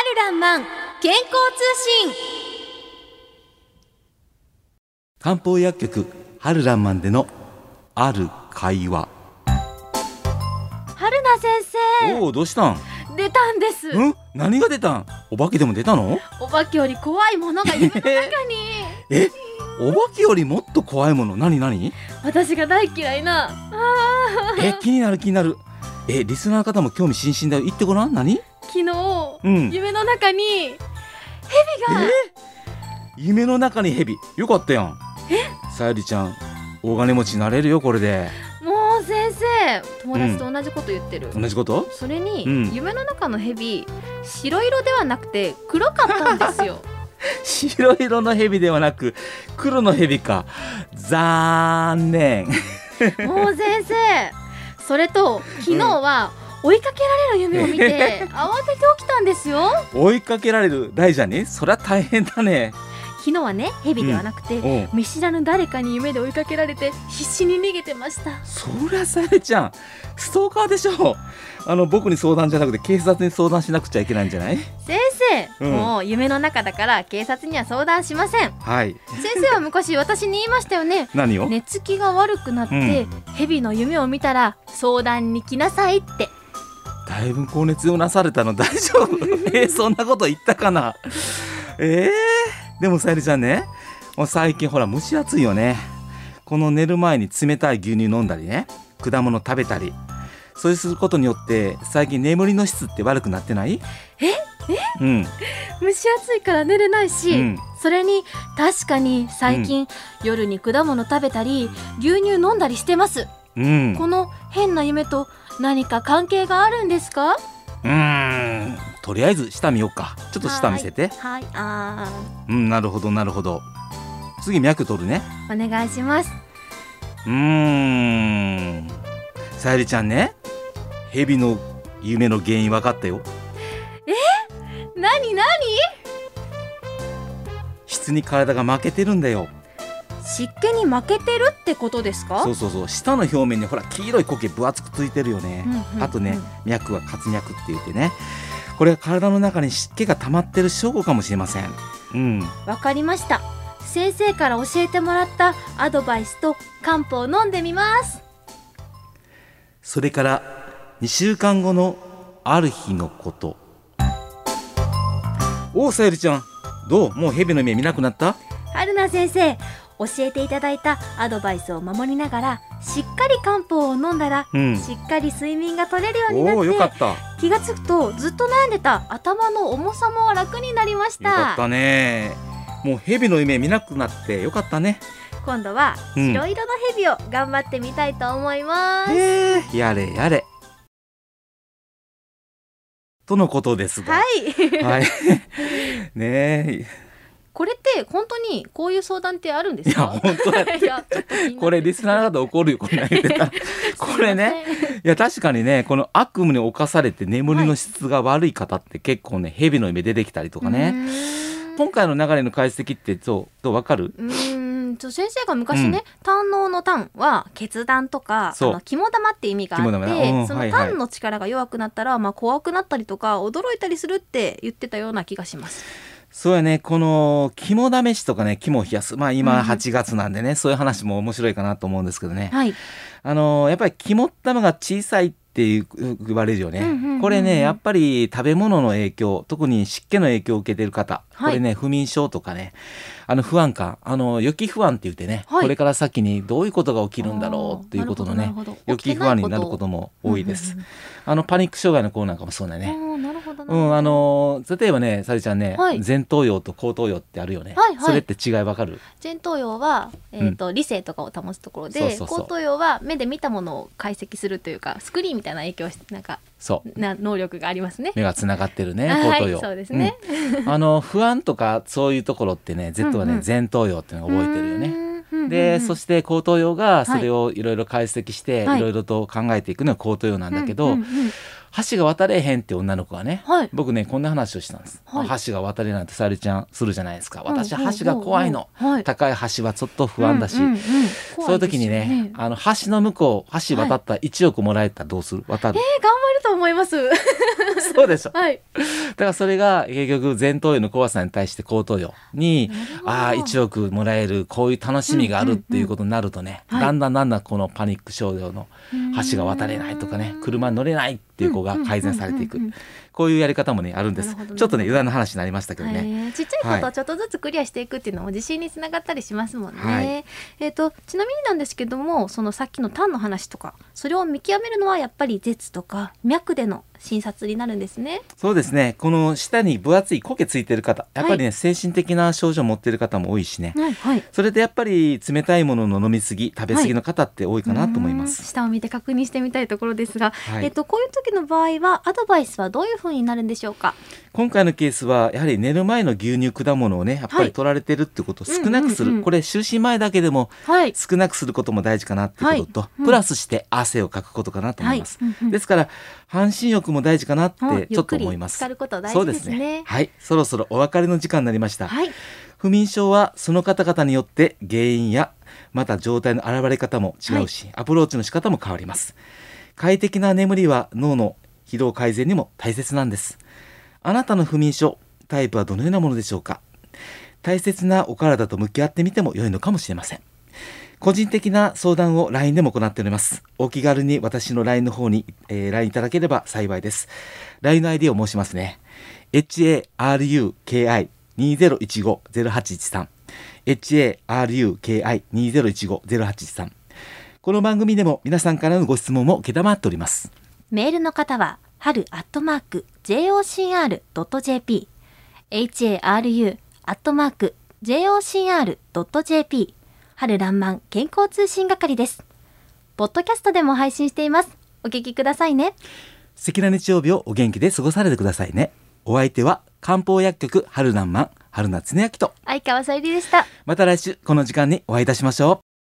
るらんまん健康通信。 漢方薬局春らんまんでのある会話。 春菜先生、 おお、どうしたん？ 出たんです。 何が出たん？お化けでも出たの？ お化けより怖いものが夢の中にお化けよりもっと怖いもの？何？ 私が大嫌いな気になる。リスナーの方も興味津々だよ。言ってごらん。何？ 昨日、夢の中に蛇が、 夢の中に蛇。よかったやん。さゆりちゃん大金持ちになれるよこれで。 もう先生、友達と同じこと言ってる。 同じこと？ それに、夢の中の蛇、白色ではなくて黒かったんですよ白色の蛇ではなく黒の蛇か。残念もう先生、それと昨日は追いかけられる夢を見て、慌てて起きたんですよ。 追いかけられる大蛇に？そりゃ大変だね。 昨日はね、蛇ではなくて、見知らぬ誰かに夢で追いかけられて必死に逃げてました。 そりゃさゆりちゃんストーカーでしょ。僕に相談じゃなくて警察に相談しなくちゃいけないんじゃない？ 先生、もう夢の中だから警察には相談しません。 はい。 先生は昔私に言いましたよね。 何を？ 寝つきが悪くなって、蛇の夢を見たら相談に来なさいって。 だいぶ高熱をなされたの大丈夫？そんなこと言ったかな。でもさゆりちゃんね、もう最近ほら蒸し暑いよね。この寝る前に冷たい牛乳飲んだりね、果物食べたり、そうすることによって最近眠りの質って悪くなってない？ 蒸し暑いから寝れないし、それに確かに最近、夜に果物食べたり牛乳飲んだりしてます。この変な夢と何か関係があるんですか？ とりあえず下見ようか。ちょっと下見せて。 はい、 なるほど。次脈取るね。 お願いします。 さゆりちゃんね、蛇の夢の原因分かったよ。 何？ 質に体が負けてるんだよ。 湿気に負けてるってことですか？ そう。舌の表面にほら黄色い苔分厚くついてるよね。あとね、脈は滑脈って言ってね、これは体の中に湿気が溜まってる証拠かもしれません。 わかりました。先生から教えてもらったアドバイスと漢方を飲んでみます。 それから2週間後のある日のこと。さゆりちゃんどう？もう蛇の目見なくなった？ 春菜先生、教えていただいたアドバイスを守りながらしっかり漢方を飲んだら、しっかり睡眠が取れるようになって、 よかった。 気がつくとずっと悩んでた頭の重さも楽になりました。 よかったね。もう蛇の夢見なくなってよかったね。 今度は白色の蛇を頑張ってみたいと思います。 やれとのことですが、はいねえ、 これって本当にこういう相談ってあるんですか？ いや本当だってこれリスナーの方怒るよ、こんな言ってたらこれね、いや確かにね、この悪夢に侵されて眠りの質が悪い方って結構ね、蛇の夢出てきたりとかね。今回の流れの解析ってどうわかる？ 先生が昔ね、胆のの胆は決断とか肝玉って意味があって、その胆の力が弱くなったら、怖くなったりとか驚いたりするって言ってたような気がします。 そうやね、この肝試しとかね、肝を冷やす、今8月なんでね、そういう話も面白いかなと思うんですけどね、やっぱり肝っ玉が小さいって言われるよね。これね、やっぱり食べ物の影響、特に湿気の影響を受けている方、これね、不眠症とかね、不安感、予期不安って言ってね、これから先にどういうことが起きるんだろうっていうことのね、予期不安になることも多いです。パニック障害の子なんかもそうだね。例えばね、さりちゃんね、前頭葉と後頭葉ってあるよね。それって違いわかる？前頭葉は、理性とかを保つところで、後頭葉は目で見たものを解析するというか、スクリーンみたいな影響をなんか能力がありますね。 目がつながってるね、後頭葉。 そうですね。 不安とかそういうところってね、Z はね、前頭葉っていうのが覚えてるよね。でそして後頭葉がそれをいろいろ解析していろいろと考えていくのが後頭葉なんだけど、 橋が渡れへんって女の子がね、 はい、 僕ねこんな話をしたんです、 はい、 橋が渡れないとさゆりちゃんするじゃないですか。私橋が怖いの、高い橋はちょっと不安だし、そういう時にね、橋の向こう橋渡ったら1億もらえたらどうする？渡る？ 頑張ると思いますそうでしょ、 はい、 だからそれが結局前頭葉の怖さに対して後頭葉に1億もらえるこういう楽しみがあるっていうことになるとね、だんだんこのパニック症状の橋が渡れないとかね、車に乗れないっていう子が改善されていく、こういうやり方もねあるんです。ちょっとね余談の話になりましたけどね、 ちっちゃいことをちょっとずつクリアしていくっていうのも自信につながったりしますもんね、ちなみになんですけども、そのさっきの痰の話とかそれを見極めるのはやっぱり舌とか脈での診察になるんですね。 そうですね、この舌に分厚い苔ついてる方、やっぱりね、精神的な症状を持っている方も多いしね、それでやっぱり冷たいものの飲みすぎ食べ過ぎの方って多いかなと思います。 舌を見て確認してみたいところですが、こういう時の場合はアドバイスはどういうふうになるんでしょうか？ 今回のケースはやはり寝る前の牛乳果物をねやっぱり取られてるってことを少なくする、これ就寝前だけでも少なくすることも大事かなっていうことと、プラスして汗をかくことかなと思います、ですから半身浴も大事かなってちょっと思います。 浸かること大事ですね。 はい、そろそろお別れの時間になりました、不眠症はその方々によって原因やまた状態の現れ方も違うし、アプローチの仕方も変わります。快適な眠りは脳の疲労改善にも大切なんです。あなたの不眠症タイプはどのようなものでしょうか？大切なお体と向き合ってみても良いのかもしれません。個人的な相談を LINE でも行っております。お気軽に私の LINE の方に、LINE いただければ幸いです。 LINE の ID を申しますね。 HARUKI2015-0813 HARUKI2015-0813。 この番組でも皆さんからのご質問も承っております。 メールの方はharu@jocr.jp haru@jocr.jp 春らんまん健康通信係です。ポッドキャストでも配信しています。お聞きくださいね。 素敵な日曜日をお元気で過ごされてくださいね。お相手は漢方薬局春らんまん春名恒明と相川さゆりでした。 また来週この時間にお会いいたしましょう。